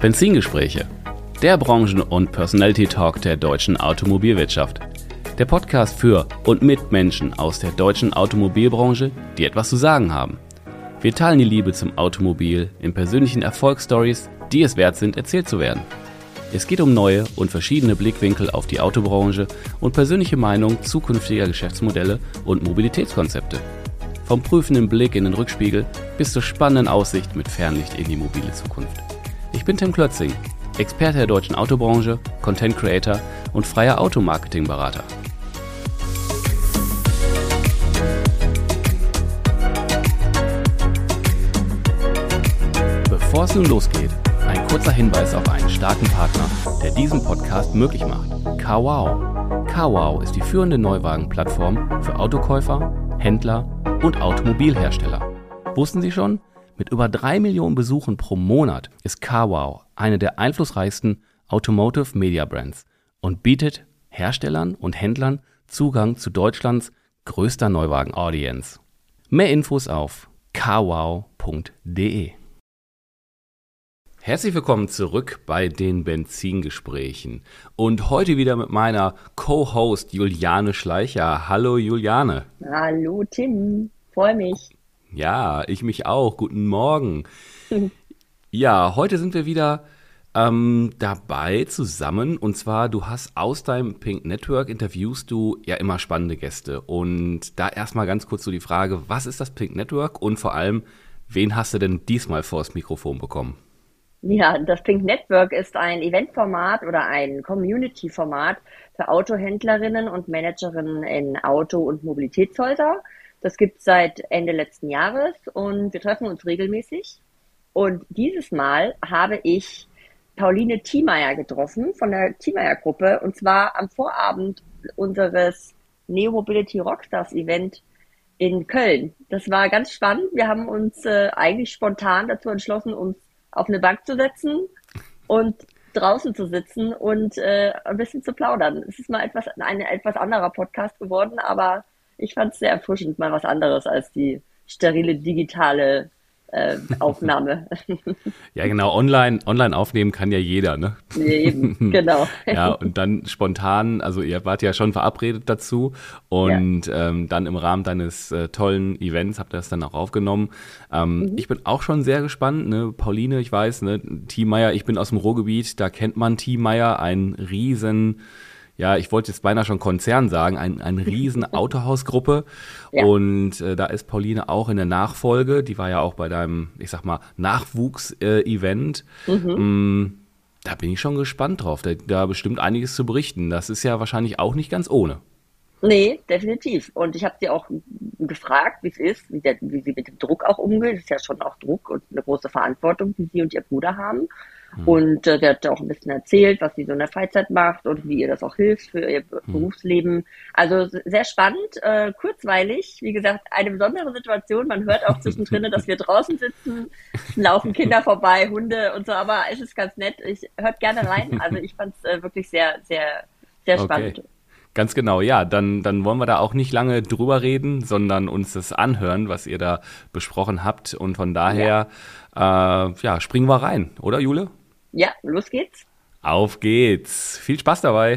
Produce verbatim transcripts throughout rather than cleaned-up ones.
Benzingespräche, der Branchen- und Personality-Talk der deutschen Automobilwirtschaft. Der Podcast für und mit Menschen aus der deutschen Automobilbranche, die etwas zu sagen haben. Wir teilen die Liebe zum Automobil in persönlichen Erfolgsstories, die es wert sind, erzählt zu werden. Es geht um neue und verschiedene Blickwinkel auf die Autobranche und persönliche Meinung zukünftiger Geschäftsmodelle und Mobilitätskonzepte. Vom prüfenden Blick in den Rückspiegel bis zur spannenden Aussicht mit Fernlicht in die mobile Zukunft. Ich bin Tim Klötzing, Experte der deutschen Autobranche, Content Creator und freier Automarketing-Berater. Bevor es nun losgeht, ein kurzer Hinweis auf einen starken Partner, der diesen Podcast möglich macht. CarWow. CarWow ist die führende Neuwagenplattform für Autokäufer, Händler und Automobilhersteller. Wussten Sie schon? Mit über drei Millionen Besuchen pro Monat ist CarWow eine der einflussreichsten Automotive Media Brands und bietet Herstellern und Händlern Zugang zu Deutschlands größter Neuwagen-Audience. Mehr Infos auf carwow punkt de. Herzlich willkommen zurück bei den Benzingesprächen und heute wieder mit meiner Co-Host Juliane Schleicher. Hallo Juliane. Hallo Tim, freue mich. Ja, ich mich auch. Guten Morgen. Ja, heute sind wir wieder ähm, dabei zusammen und zwar, du hast aus deinem Pink Network interviewst du ja immer spannende Gäste und da erstmal ganz kurz so die Frage, was ist das Pink Network und vor allem, wen hast du denn diesmal vors Mikrofon bekommen? Ja, das Pink Network ist ein Eventformat oder ein Community-Format für Autohändlerinnen und Managerinnen in Auto- und Mobilitätshäuser. Das gibt es seit Ende letzten Jahres und wir treffen uns regelmäßig. Und dieses Mal habe ich Pauline Thiemeyer getroffen von der Thiemeyer-Gruppe und zwar am Vorabend unseres Neo Mobility Rockstars Event in Köln. Das war ganz spannend. Wir haben uns äh, eigentlich spontan dazu entschlossen, uns auf eine Bank zu setzen und draußen zu sitzen und äh, ein bisschen zu plaudern. Es ist mal etwas ein etwas anderer Podcast geworden, aber ich fand es sehr erfrischend, mal was anderes als die sterile digitale äh, Aufnahme. Ja, genau, online, online aufnehmen kann ja jeder, ne? Eben, genau. Ja, und dann spontan, also ihr wart ja schon verabredet dazu und ja. ähm, dann im Rahmen deines äh, tollen Events habt ihr das dann auch aufgenommen. Ähm, mhm. Ich bin auch schon sehr gespannt, ne? Pauline, ich weiß, ne? Thiemeyer, ich bin aus dem Ruhrgebiet, da kennt man Thiemeyer, ein riesen, ja, ich wollte jetzt beinahe schon Konzern sagen, ein, ein riesen Autohausgruppe. Ja. Und äh, da ist Pauline auch in der Nachfolge. Die war ja auch bei deinem, ich sag mal, Nachwuchs-Event. Äh, mhm. mm, da bin ich schon gespannt drauf. Da, da bestimmt einiges zu berichten. Das ist ja wahrscheinlich auch nicht ganz ohne. Nee, definitiv. Und ich habe sie auch gefragt, wie es ist, wie, der, wie sie mit dem Druck auch umgeht. Es ist ja schon auch Druck und eine große Verantwortung, die sie und ihr Bruder haben. Und äh, der hat auch ein bisschen erzählt, was sie so in der Freizeit macht und wie ihr das auch hilft für ihr hm. Berufsleben. Also sehr spannend, äh, kurzweilig. Wie gesagt, eine besondere Situation. Man hört auch zwischendrin, dass wir draußen sitzen, laufen Kinder vorbei, Hunde und so. Aber es ist ganz nett. Ich hört gerne rein. Also ich fand es äh, wirklich sehr, sehr, sehr spannend. Okay. Ganz genau, ja, dann, dann wollen wir da auch nicht lange drüber reden, sondern uns das anhören, was ihr da besprochen habt. Und von daher, ja, äh, ja springen wir rein, oder Jule? Ja, los geht's. Auf geht's. Viel Spaß dabei.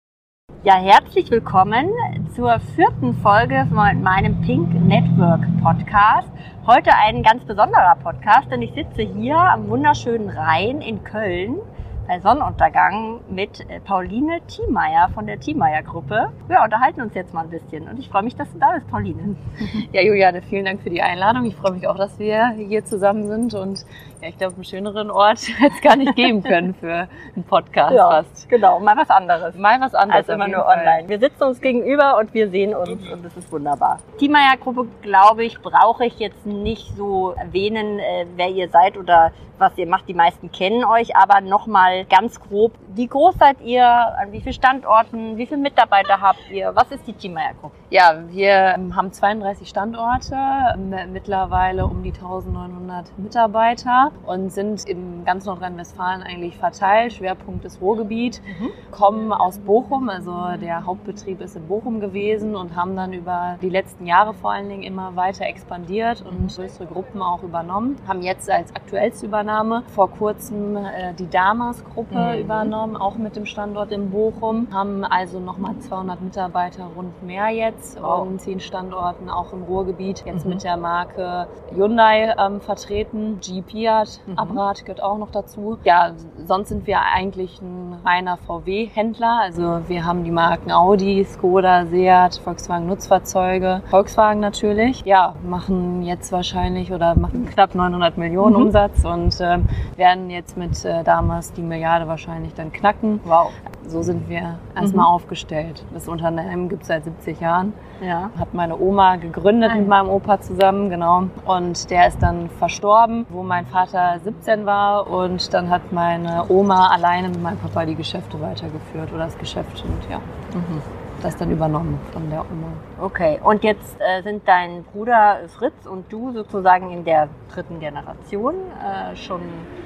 Ja, herzlich willkommen zur vierten Folge von meinem Pink Network Podcast. Heute ein ganz besonderer Podcast, denn ich sitze hier am wunderschönen Rhein in Köln bei Sonnenuntergang mit Pauline Thiemeyer von der Thiemeyer-Gruppe. Wir unterhalten uns jetzt mal ein bisschen und ich freue mich, dass du da bist, Pauline. Ja, Juliane, vielen Dank für die Einladung. Ich freue mich auch, dass wir hier zusammen sind und ja, ich glaube, einen schöneren Ort hätte es gar nicht geben können für einen Podcast ja, fast. Genau, mal was anderes. Mal was anderes. Als immer nur Fall. Online. Wir sitzen uns gegenüber und wir sehen uns mhm. und das ist wunderbar. Thiemeyer-Gruppe, glaube ich, brauche ich jetzt nicht so erwähnen, äh, wer ihr seid oder was ihr macht. Die meisten kennen euch, aber nochmal ganz grob, Wie groß seid ihr? An wie vielen Standorten? Wie viele Mitarbeiter habt ihr? Was ist die Thiemeyer-Gruppe? Ja, wir haben zweiunddreißig Standorte, mittlerweile um die eintausendneunhundert Mitarbeiter und sind in ganz Nordrhein-Westfalen eigentlich verteilt. Schwerpunkt ist Ruhrgebiet, mhm. kommen aus Bochum, also der Hauptbetrieb ist in Bochum gewesen und haben dann über die letzten Jahre vor allen Dingen immer weiter expandiert und größere Gruppen auch übernommen. Haben jetzt als aktuellste Übernahme vor kurzem äh, die Damas-Gruppe mhm. übernommen, auch mit dem Standort in Bochum. Haben also nochmal zweihundert Mitarbeiter rund mehr jetzt oh. und zehn Standorten auch im Ruhrgebiet. Jetzt mhm. mit der Marke Hyundai ähm, vertreten. Jeep, Fiat, mhm. Abarth gehört auch noch dazu. Ja, sonst sind wir eigentlich ein reiner V W-Händler. Also wir haben die Marken Audi, Skoda, Seat, Volkswagen Nutzfahrzeuge, Volkswagen natürlich. Ja, machen jetzt wahrscheinlich oder machen knapp neunhundert Millionen mhm. Umsatz und äh, werden jetzt mit äh, damals die Milliarde wahrscheinlich dann knacken. Wow. So sind wir erstmal mhm. aufgestellt. Das Unternehmen gibt es seit siebzig Jahren. Ja. Hat meine Oma gegründet Nein. mit meinem Opa zusammen, genau. Und der ist dann verstorben, wo mein Vater siebzehn war. Und dann hat meine Oma alleine mit meinem Papa die Geschäfte weitergeführt oder das Geschäft und ja. Mhm. Das dann übernommen von der Oma. Okay, und jetzt äh, sind dein Bruder Fritz und du sozusagen in der dritten Generation äh, schon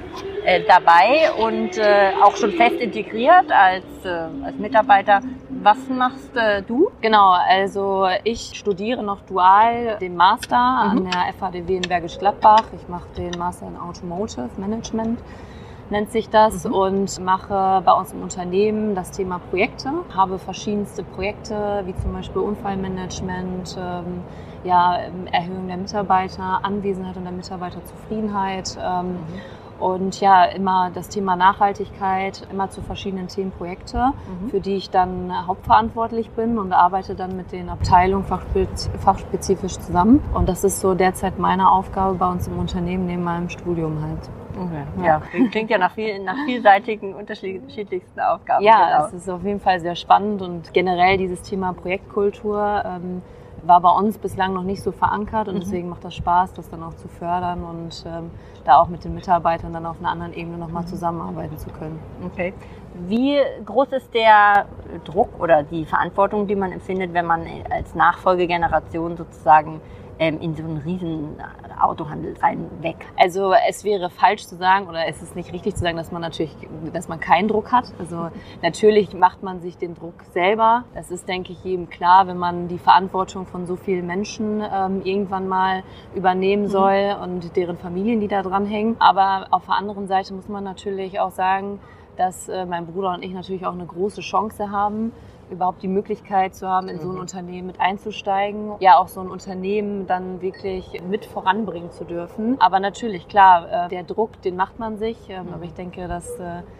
äh, dabei und äh, auch schon fest integriert als, äh, als Mitarbeiter. Was machst äh, du? Genau, also ich studiere noch dual den Master mhm. an der F H D W in Bergisch Gladbach. Ich mache den Master in Automotive Management. Nennt sich das mhm. und mache bei uns im Unternehmen das Thema Projekte, habe verschiedenste Projekte, wie zum Beispiel Unfallmanagement, ähm, ja, Erhöhung der Mitarbeiter, Anwesenheit und der Mitarbeiterzufriedenheit ähm, mhm. und ja, immer das Thema Nachhaltigkeit, immer zu verschiedenen Themen Projekte, mhm. für die ich dann hauptverantwortlich bin und arbeite dann mit den Abteilungen fachspez- fachspezifisch zusammen und das ist so derzeit meine Aufgabe bei uns im Unternehmen neben meinem Studium halt. Okay. Ja, klingt ja nach, viel, nach vielseitigen, unterschiedlichsten Aufgaben. Ja, genau. Es ist auf jeden Fall sehr spannend und generell dieses Thema Projektkultur ähm, war bei uns bislang noch nicht so verankert und mhm. deswegen macht das Spaß, das dann auch zu fördern und ähm, da auch mit den Mitarbeitern dann auf einer anderen Ebene nochmal mhm. zusammenarbeiten zu können. Okay. Wie groß ist der Druck oder die Verantwortung, die man empfindet, wenn man als Nachfolgegeneration sozusagen in so einen riesen Autohandel rein weg? Also es wäre falsch zu sagen oder es ist nicht richtig zu sagen, dass man natürlich, dass man keinen Druck hat. Also natürlich macht man sich den Druck selber. Das ist, denke ich, jedem klar, wenn man die Verantwortung von so vielen Menschen ähm, irgendwann mal übernehmen soll mhm. und deren Familien, die da dran hängen. Aber auf der anderen Seite muss man natürlich auch sagen, dass äh, mein Bruder und ich natürlich auch eine große Chance haben, überhaupt die Möglichkeit zu haben, in so ein mhm. Unternehmen mit einzusteigen, ja auch so ein Unternehmen dann wirklich mit voranbringen zu dürfen. Aber natürlich, klar, der Druck, den macht man sich, mhm. aber ich denke, dass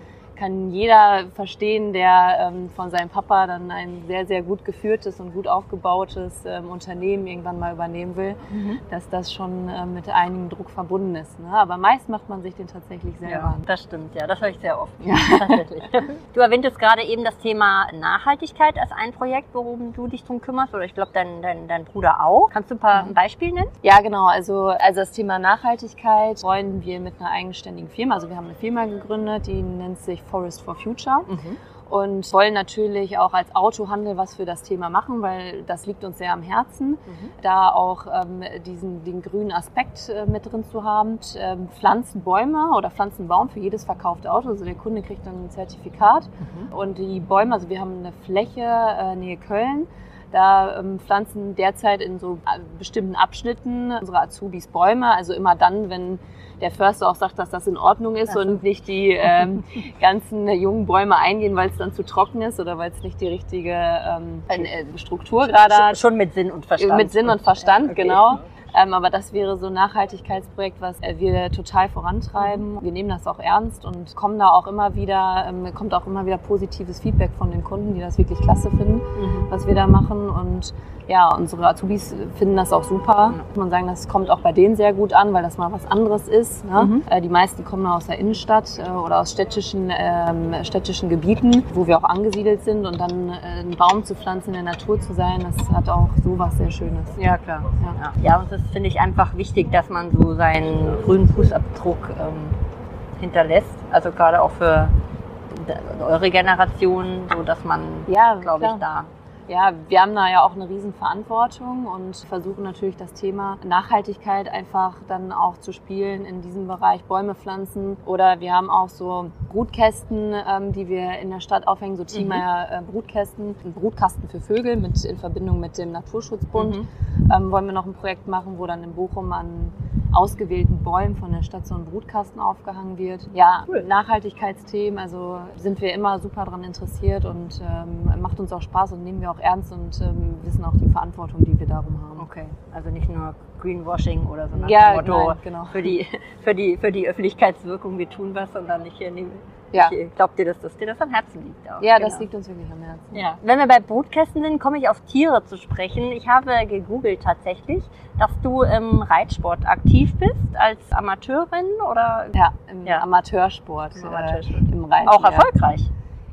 kann jeder verstehen, der ähm, von seinem Papa dann ein sehr, sehr gut geführtes und gut aufgebautes ähm, Unternehmen irgendwann mal übernehmen will, mhm. dass das schon äh, mit einigem Druck verbunden ist. Ne? Aber meist macht man sich den tatsächlich selber. Ja, das stimmt, ja, das höre ich sehr oft. Ja. Tatsächlich. Du erwähntest gerade eben das Thema Nachhaltigkeit als ein Projekt, worum du dich drum kümmerst, oder ich glaube dein, dein, dein Bruder auch. Kannst du ein paar mhm. Beispiele nennen? Ja, genau. Also, also das Thema Nachhaltigkeit wollen wir mit einer eigenständigen Firma, also wir haben eine Firma gegründet, die nennt sich Forest for Future mhm. und wollen natürlich auch als Autohandel was für das Thema machen, weil das liegt uns sehr am Herzen, mhm. da auch ähm, diesen den grünen Aspekt äh, mit drin zu haben. Ähm, pflanzen Bäume oder pflanzen einen Baum für jedes verkaufte Auto, also der Kunde kriegt dann ein Zertifikat mhm. und die Bäume, also wir haben eine Fläche äh, Nähe Köln. Da ähm, pflanzen derzeit in so äh, bestimmten Abschnitten unsere Azubis Bäume, also immer dann, wenn der Förster auch sagt, dass das in Ordnung ist also. und nicht die ähm, ganzen jungen Bäume eingehen, weil es dann zu trocken ist oder weil es nicht die richtige ähm, äh, Struktur gerade hat. Schon mit Sinn und Verstand. Mit Sinn und Verstand, ja, okay. genau. Ähm, aber das wäre so ein Nachhaltigkeitsprojekt, was wir total vorantreiben. Mhm. Wir nehmen das auch ernst und kommen da auch immer wieder, ähm, kommt auch immer wieder positives Feedback von den Kunden, die das wirklich klasse finden, mhm. was wir da machen. Und ja, unsere Azubis finden das auch super. Mhm. Muss man sagen, das kommt auch bei denen sehr gut an, weil das mal was anderes ist. Ne? Mhm. Äh, die meisten kommen aus der Innenstadt äh, oder aus städtischen, ähm, städtischen Gebieten, wo wir auch angesiedelt sind. Und dann äh, einen Baum zu pflanzen, in der Natur zu sein, das hat auch sowas sehr Schönes. Ja, klar. Ja, ja. ja und das finde ich einfach wichtig, dass man so seinen grünen Fußabdruck ähm, hinterlässt. Also gerade auch für eure Generation, so dass man, ja, glaube ich, da... Ja, wir haben da ja auch eine riesen Verantwortung und versuchen natürlich das Thema Nachhaltigkeit einfach dann auch zu spielen in diesem Bereich, Bäume pflanzen. Oder wir haben auch so Brutkästen, ähm, die wir in der Stadt aufhängen, so Thiemeyer äh, Brutkästen, ein Brutkasten für Vögel mit, in Verbindung mit dem Naturschutzbund. Mhm. Ähm, wollen wir noch ein Projekt machen, wo dann in Bochum an ausgewählten Bäumen von der Stadt so ein Brutkasten aufgehangen wird. Ja, cool. Nachhaltigkeitsthemen, also sind wir immer super daran interessiert und ähm, macht uns auch Spaß und nehmen wir auch ernst und ähm, wissen auch die Verantwortung, die wir darum haben. Okay, also nicht nur Greenwashing oder so nach ja, dem Motto, nein, genau. für, die, für, die, für die Öffentlichkeitswirkung, wir tun was, sondern nicht hier nehmen. Ja. Ich glaube dir, dass das dir das am Herzen liegt auch. Ja, genau. Das liegt uns wirklich am Herzen. Ja. Wenn wir bei Brutkästen sind, komme ich auf Tiere zu sprechen. Ich habe gegoogelt tatsächlich, dass du im Reitsport aktiv bist, als Amateurin oder? Ja, im ja. Amateursport. Im Amateursport. Äh, im Reiten, auch erfolgreich?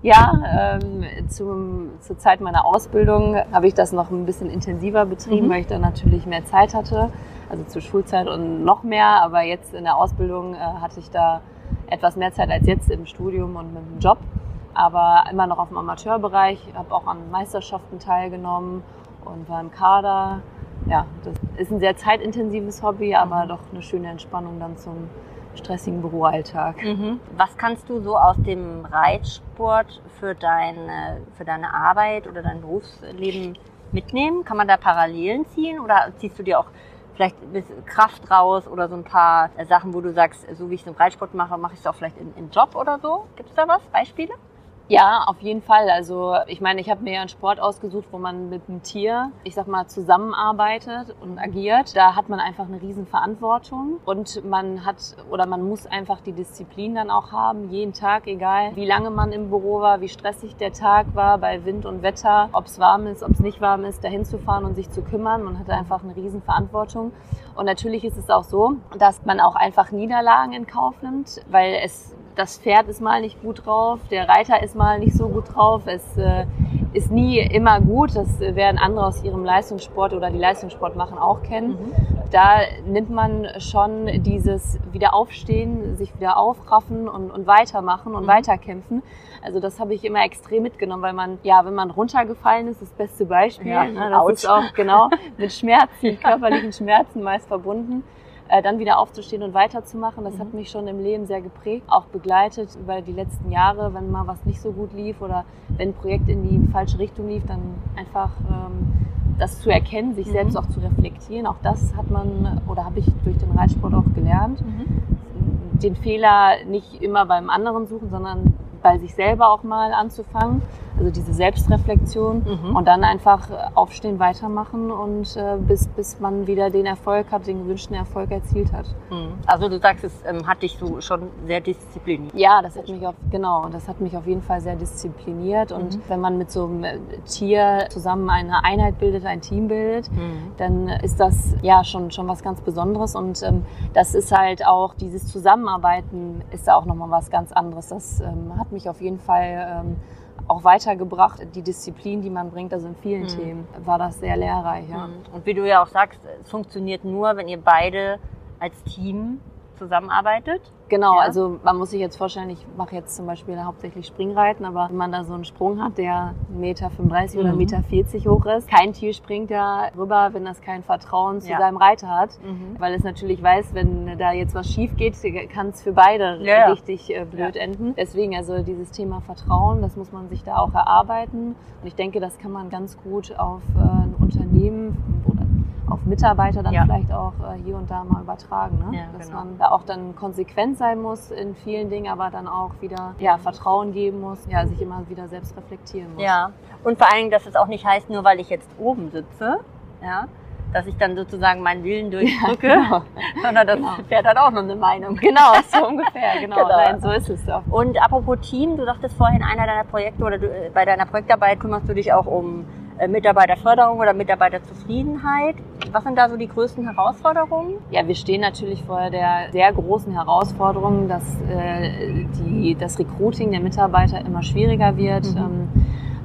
Ja, ähm, zum, zur Zeit meiner Ausbildung habe ich das noch ein bisschen intensiver betrieben, mhm. weil ich dann natürlich mehr Zeit hatte, also zur Schulzeit und noch mehr, aber jetzt in der Ausbildung äh, hatte ich da etwas mehr Zeit als jetzt im Studium und mit dem Job, aber immer noch auf dem Amateurbereich, habe auch an Meisterschaften teilgenommen und war im Kader. Ja, das ist ein sehr zeitintensives Hobby, aber doch eine schöne Entspannung dann zum stressigen Büroalltag. Mhm. Was kannst du so aus dem Reitsport für deine, für deine Arbeit oder dein Berufsleben mitnehmen? Kann man da Parallelen ziehen oder ziehst du dir auch vielleicht ein bisschen Kraft raus oder so ein paar Sachen, wo du sagst, so wie ich es im Reitsport mache, mache ich es auch vielleicht im, im Job oder so? Gibt es da was? Beispiele? Ja, auf jeden Fall. Also ich meine, ich habe mir ja einen Sport ausgesucht, wo man mit einem Tier, ich sag mal, zusammenarbeitet und agiert. Da hat man einfach eine riesen Verantwortung und man hat oder man muss einfach die Disziplin dann auch haben, jeden Tag, egal wie lange man im Büro war, wie stressig der Tag war, bei Wind und Wetter, ob es warm ist, ob es nicht warm ist, dahin zu fahren und sich zu kümmern. Man hat einfach eine riesen Verantwortung. Und natürlich ist es auch so, dass man auch einfach Niederlagen in Kauf nimmt, weil es das Pferd ist mal nicht gut drauf, der Reiter ist mal nicht so gut drauf. Es äh, ist nie immer gut. Das werden andere aus ihrem Leistungssport oder die Leistungssport machen auch kennen. Mhm. Da nimmt man schon dieses Wiederaufstehen, sich wieder aufraffen und, und weitermachen und mhm. weiterkämpfen. Also das habe ich immer extrem mitgenommen, weil man, ja, wenn man runtergefallen ist, das beste Beispiel. Ja, ne, das ist auch genau mit Schmerzen, körperlichen Schmerzen meist verbunden. Äh, dann wieder aufzustehen und weiterzumachen, das mhm. hat mich schon im Leben sehr geprägt, auch begleitet über die letzten Jahre, wenn mal was nicht so gut lief oder wenn ein Projekt in die falsche Richtung lief, dann einfach ähm, das zu erkennen, sich mhm. selbst auch zu reflektieren. Auch das hat man oder habe ich durch den Reitsport auch gelernt. Mhm. Den Fehler nicht immer beim anderen suchen, sondern bei sich selber auch mal anzufangen. Also diese Selbstreflexion mhm. und dann einfach aufstehen, weitermachen und äh, bis, bis man wieder den Erfolg hat, den gewünschten Erfolg erzielt hat. Mhm. Also du sagst, es ähm, hat dich so schon sehr diszipliniert. Ja, das hat mich auf, genau, das hat mich auf jeden Fall sehr diszipliniert und mhm. wenn man mit so einem Tier zusammen eine Einheit bildet, ein Team bildet, mhm. dann ist das ja schon, schon was ganz Besonderes und ähm, das ist halt auch, dieses Zusammenarbeiten ist da auch nochmal was ganz anderes. Das ähm, hat mich auf jeden Fall ähm, auch weitergebracht, die Disziplin, die man bringt, also in vielen mhm. Themen, war das sehr lehrreich. Ja. Und wie du ja auch sagst, es funktioniert nur, wenn ihr beide als Team zusammenarbeitet. Genau, ja. Also man muss sich jetzt vorstellen, ich mache jetzt zum Beispiel hauptsächlich Springreiten, aber wenn man da so einen Sprung hat, der eins Komma fünfunddreißig mhm. oder eins Komma vierzig hoch ist, kein Tier springt da rüber, wenn das kein Vertrauen zu ja. seinem Reiter hat, mhm. weil es natürlich weiß, wenn da jetzt was schief geht, kann es für beide ja. richtig äh, blöd ja. enden. Deswegen also dieses Thema Vertrauen, das muss man sich da auch erarbeiten und ich denke, das kann man ganz gut auf äh, ein Unternehmen oder auf Mitarbeiter dann ja. vielleicht auch äh, hier und da mal übertragen, ne? Ja, dass genau. man da auch dann konsequent sein muss in vielen Dingen, aber dann auch wieder ja, Vertrauen geben muss, ja, sich immer wieder selbst reflektieren muss. Ja, und vor allem, dass es auch nicht heißt, nur weil ich jetzt oben sitze, ja, dass ich dann sozusagen meinen Willen durchdrücke, ja, genau. sondern das genau. Pferd hat auch noch eine Meinung. Genau, so ungefähr, genau. genau. Nein, so ist es auch. Und apropos Team, du sagtest vorhin, einer deiner Projekte oder du, bei deiner Projektarbeit kümmerst du dich auch um Mitarbeiterförderung oder Mitarbeiterzufriedenheit. Was sind da so die größten Herausforderungen? Ja, wir stehen natürlich vor der sehr großen Herausforderung, dass äh, die, das Recruiting der Mitarbeiter immer schwieriger wird. Mhm. Ähm,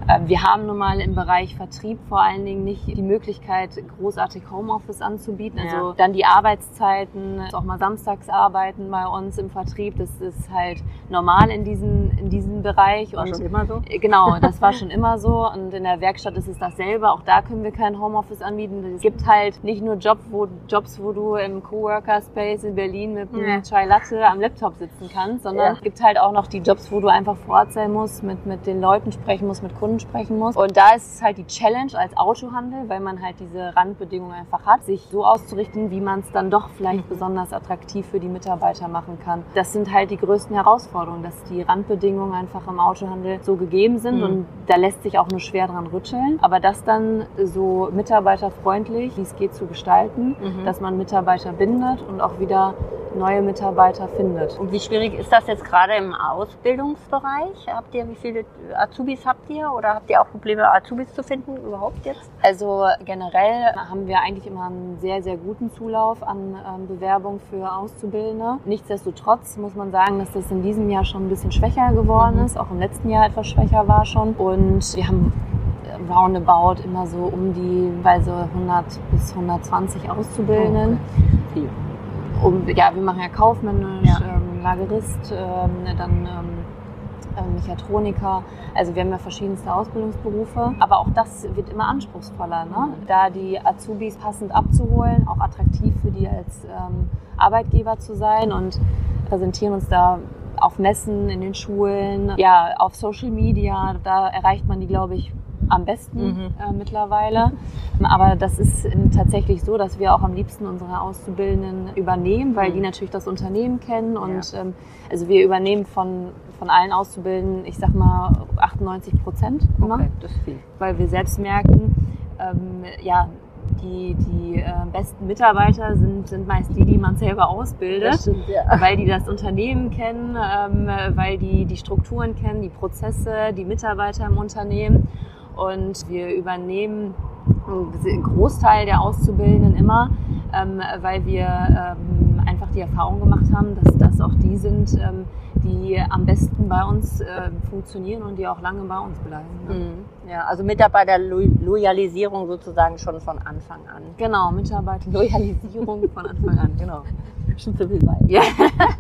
Wir haben nun mal im Bereich Vertrieb vor allen Dingen nicht die Möglichkeit, großartig Homeoffice anzubieten. Ja. Also dann die Arbeitszeiten, auch mal samstags arbeiten bei uns im Vertrieb, das ist halt normal in diesem, in diesem Bereich. War und schon immer so? Genau, das war schon immer so. Und in der Werkstatt ist es dasselbe. Auch da können wir kein Homeoffice anbieten. Es gibt halt nicht nur Job, wo, Jobs, wo du im Coworker-Space in Berlin mit einem Ja. Chai Latte am Laptop sitzen kannst, sondern Ja. es gibt halt auch noch die Jobs, wo du einfach vor Ort sein musst, mit, mit den Leuten sprechen musst, mit Kunden sprechen musst. Und da ist es halt die Challenge als Autohandel, weil man halt diese Randbedingungen einfach hat, sich so auszurichten, wie man es dann doch vielleicht Mhm. besonders attraktiv für die Mitarbeiter machen kann. Das sind halt die größten Herausforderungen, dass die Randbedingungen einfach im Autohandel so gegeben sind Mhm. und da lässt sich auch nur schwer dran rütteln. Aber das dann so mitarbeiterfreundlich, wie es geht, zu gestalten, Mhm. dass man Mitarbeiter bindet und auch wieder neue Mitarbeiter findet. Und wie schwierig ist das jetzt gerade im Ausbildungsbereich? Habt ihr, wie viele Azubis habt ihr oder habt ihr auch Probleme, Azubis zu finden überhaupt jetzt? Also generell haben wir eigentlich immer einen sehr, sehr guten Zulauf an ähm, Bewerbungen für Auszubildende. Nichtsdestotrotz muss man sagen, dass das in diesem Jahr schon ein bisschen schwächer geworden Mhm. ist, auch im letzten Jahr etwas schwächer war schon. Und wir haben roundabout immer so um die bei so hundert bis hundertzwanzig Auszubildenden. Viel. Um, ja, wir machen ja kaufmännisch, Ja. ähm, Lagerist, ähm, dann ähm, ähm, Mechatroniker. Also wir haben ja verschiedenste Ausbildungsberufe. Aber auch das wird immer anspruchsvoller, ne? Da die Azubis passend abzuholen, auch attraktiv für die als ähm, Arbeitgeber zu sein und präsentieren uns da auf Messen, in den Schulen, ja, auf Social Media. Da erreicht man die, glaube ich, am besten Mhm. äh, mittlerweile. Aber das ist ähm, tatsächlich so, dass wir auch am liebsten unsere Auszubildenden übernehmen, weil Mhm. die natürlich das Unternehmen kennen. Und ähm, also wir übernehmen von, von allen Auszubildenden, ich sag mal, achtundneunzig Prozent immer, Okay, das ist viel. weil wir selbst merken, ähm, ja, die, die äh, besten Mitarbeiter sind, sind meist die, die man selber ausbildet. Das stimmt, ja. Weil die das Unternehmen kennen, ähm, weil die die Strukturen kennen, die Prozesse, die Mitarbeiter im Unternehmen. Und wir übernehmen einen Großteil der Auszubildenden immer, ähm, weil wir ähm, einfach die Erfahrung gemacht haben, dass das auch die sind, ähm, die am besten bei uns äh, funktionieren und die auch lange bei uns bleiben. Ne? Mhm. Ja, also Mitarbeiterloyalisierung sozusagen schon von Anfang an. Genau, Mitarbeiterloyalisierung von Anfang an, genau. Schon zu viel weit. Ja.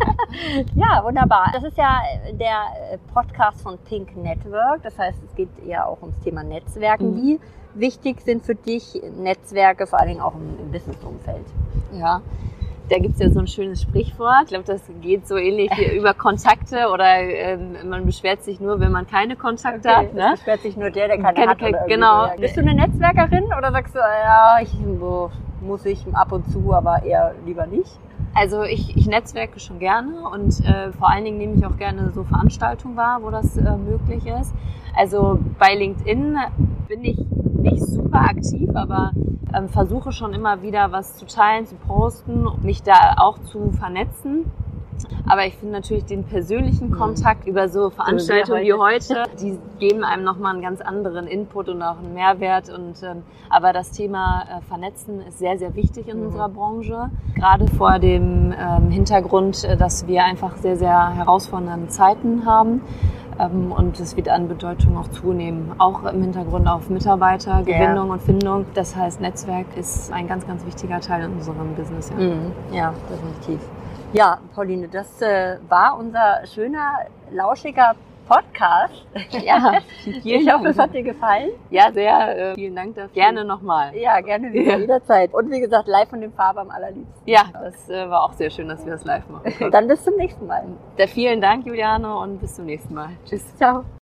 Ja, wunderbar. Das ist ja der Podcast von Pink Network. Das heißt, es geht eher auch ums Thema Netzwerken. Mhm. Wie wichtig sind für dich Netzwerke, vor allen Dingen auch im, im Business-Umfeld? Ja, da gibt es ja so ein schönes Sprichwort. Ich glaube, das geht so ähnlich wie über Kontakte oder ähm, man beschwert sich nur, wenn man keine Kontakte hat. Ne? Es beschwert sich nur der, der keine, Keine- hat. Oder irgendwie genau. so, ja. Bist du eine Netzwerkerin oder sagst du, ja, ich so, muss ich ab und zu, aber eher lieber nicht? Also ich, ich netzwerke schon gerne und äh, vor allen Dingen nehme ich auch gerne so Veranstaltungen wahr, wo das äh, möglich ist. Also bei LinkedIn bin ich nicht super aktiv, aber ähm, versuche schon immer wieder was zu teilen, zu posten, mich da auch zu vernetzen. Aber ich finde natürlich den persönlichen Kontakt über so Veranstaltungen wie heute, die geben einem nochmal einen ganz anderen Input und auch einen Mehrwert. Und, ähm, aber das Thema äh, Vernetzen ist sehr, sehr wichtig in Mhm. unserer Branche. Gerade vor dem ähm, Hintergrund, äh, dass wir einfach sehr, sehr herausfordernde Zeiten haben. Ähm, und es wird an Bedeutung auch zunehmen. Auch im Hintergrund auf Mitarbeitergewinnung Ja. und Findung. Das heißt, Netzwerk ist ein ganz, ganz wichtiger Teil in unserem Business. Ja. Mhm. Ja, definitiv. Ja, Pauline, das äh, war unser schöner, lauschiger Podcast. Ja, Ich hoffe, es hat dir gefallen. Ja, sehr. Äh, vielen Dank dafür. Gerne nochmal. Ja, gerne wieder, Ja. jederzeit. Und wie gesagt, live von dem Farbe am allerliebsten. Ja, das äh, war auch sehr schön, dass wir das live machen konnten. Dann bis zum nächsten Mal. Vielen Dank, Juliane, und bis zum nächsten Mal. Tschüss. Ciao.